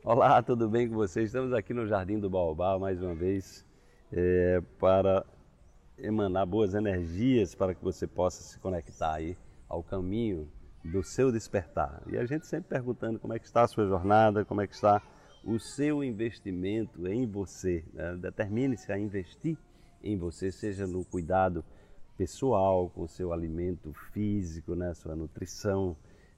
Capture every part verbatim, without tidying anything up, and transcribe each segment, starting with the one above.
Olá, tudo bem com vocês? Estamos aqui no Jardim do Baobá mais uma vez é, para emanar boas energias para que você possa se conectar aí ao caminho do seu despertar. E a gente sempre perguntando como é que está a sua jornada, como é que está o seu investimento em você, né? Determine-se a investir em você, seja no cuidado pessoal, com o seu alimento físico, né? Sua nutrição,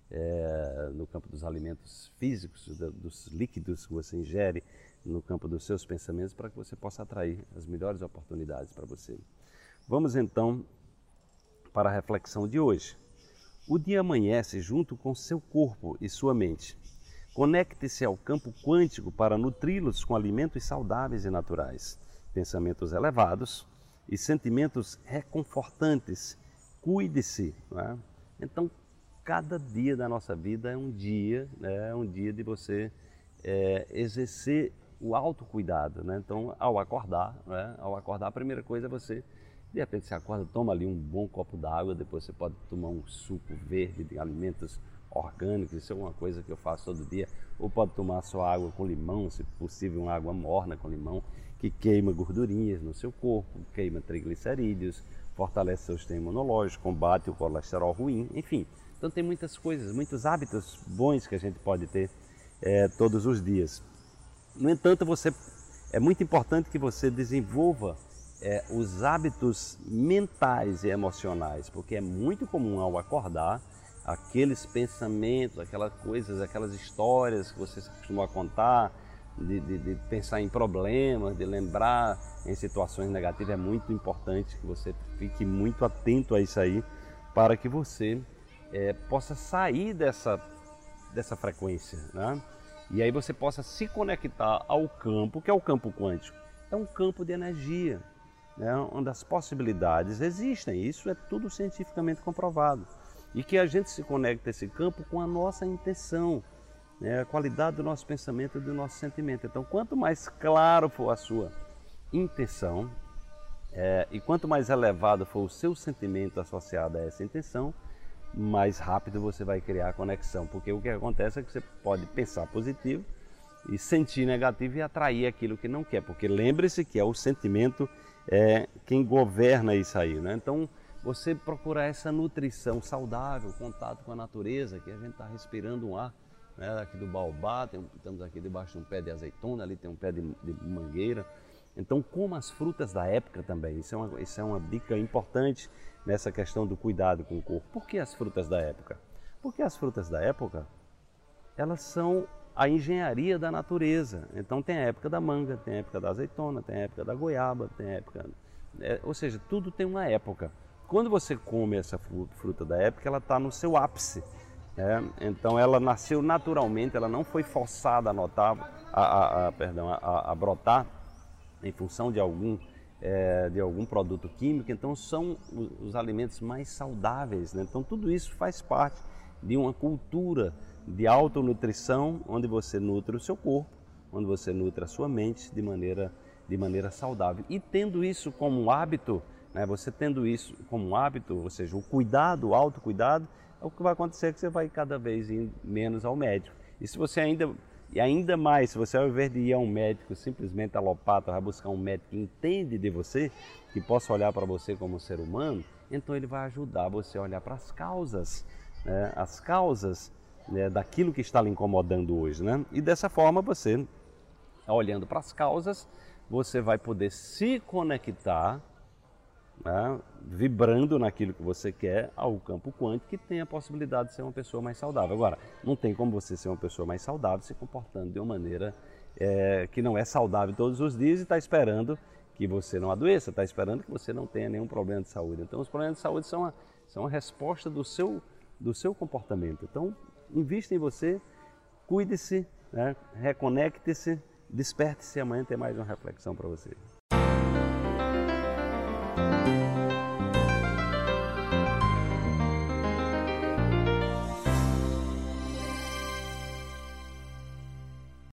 é, no campo dos alimentos físicos, dos líquidos que você ingere, no campo dos seus pensamentos, para que você possa atrair as melhores oportunidades para você. Vamos então para a reflexão de hoje. O dia amanhece junto com seu corpo e sua mente. Conecte-se ao campo quântico para nutri-los com alimentos saudáveis e naturais, pensamentos elevados e sentimentos reconfortantes. Cuide-se, não é? Então, cada dia da nossa vida é um dia, né? É um dia de você é, exercer o autocuidado, né? Então, ao acordar, né? Ao acordar, a primeira coisa é você, de repente, você acorda, toma ali um bom copo d'água, depois você pode tomar um suco verde de alimentos orgânicos, isso é uma coisa que eu faço todo dia, ou pode tomar só água com limão, se possível uma água morna com limão, que queima gordurinhas no seu corpo, queima triglicerídeos, fortalece seu sistema imunológico, combate o colesterol ruim, enfim. Então tem muitas coisas, muitos hábitos bons que a gente pode ter é, todos os dias. No entanto, você, é muito importante que você desenvolva é, os hábitos mentais e emocionais, porque é muito comum ao acordar, aqueles pensamentos, aquelas coisas, aquelas histórias que você costuma contar, de, de, de pensar em problemas, de lembrar em situações negativas, é muito importante que você fique muito atento a isso aí, para que você É, possa sair dessa, dessa frequência, né? E aí você possa se conectar ao campo, que é o campo quântico. É um campo de energia, né? Onde as possibilidades existem, isso é tudo cientificamente comprovado. E que a gente se conecta a esse campo com a nossa intenção, né? A qualidade do nosso pensamento e do nosso sentimento. Então, quanto mais claro for a sua intenção, é, e quanto mais elevado for o seu sentimento associado a essa intenção, mais rápido você vai criar a conexão, porque o que acontece é que você pode pensar positivo e sentir negativo e atrair aquilo que não quer, porque lembre-se que é o sentimento é, quem governa isso aí, né? Então você procurar essa nutrição saudável, contato com a natureza, que a gente está respirando um ar, né, aqui do baobá, tem, estamos aqui debaixo de um pé de azeitona, ali tem um pé de, de mangueira. Então coma as frutas da época também, isso é, uma, isso é uma dica importante nessa questão do cuidado com o corpo. Por que as frutas da época? Porque as frutas da época, elas são a engenharia da natureza. Então tem a época da manga, tem a época da azeitona, tem a época da goiaba, tem a época... É, ou seja, tudo tem uma época. Quando você come essa fruta da época, ela está no seu ápice. É, então ela nasceu naturalmente, ela não foi forçada a, notar, a, a, a, perdão, a, a brotar em função de algum, é, de algum produto químico. Então são os, os alimentos mais saudáveis, né? Então tudo isso faz parte de uma cultura de autonutrição, onde você nutre o seu corpo, onde você nutre a sua mente de maneira, de maneira saudável. E tendo isso como um hábito, né? Você tendo isso como um hábito, ou seja, o cuidado, o autocuidado, o que vai acontecer é que você vai cada vez ir menos ao médico. E se você ainda... E ainda mais, se você ao invés de ir a um médico simplesmente alopata, vai buscar um médico que entende de você, que possa olhar para você como ser humano, então ele vai ajudar você a olhar para as causas, né? As causas, né, daquilo que está lhe incomodando hoje, né? E dessa forma você, olhando para as causas, você vai poder se conectar, né, vibrando naquilo que você quer, ao campo quântico, que tem a possibilidade de ser uma pessoa mais saudável. Agora, não tem como você ser uma pessoa mais saudável se comportando de uma maneira é, que não é saudável todos os dias e está esperando que você não adoeça, está esperando que você não tenha nenhum problema de saúde. Então, os problemas de saúde são a, são a resposta do seu, do seu comportamento. Então, invista em você, cuide-se, né, reconecte-se, desperte-se. Amanhã tem mais uma reflexão para você.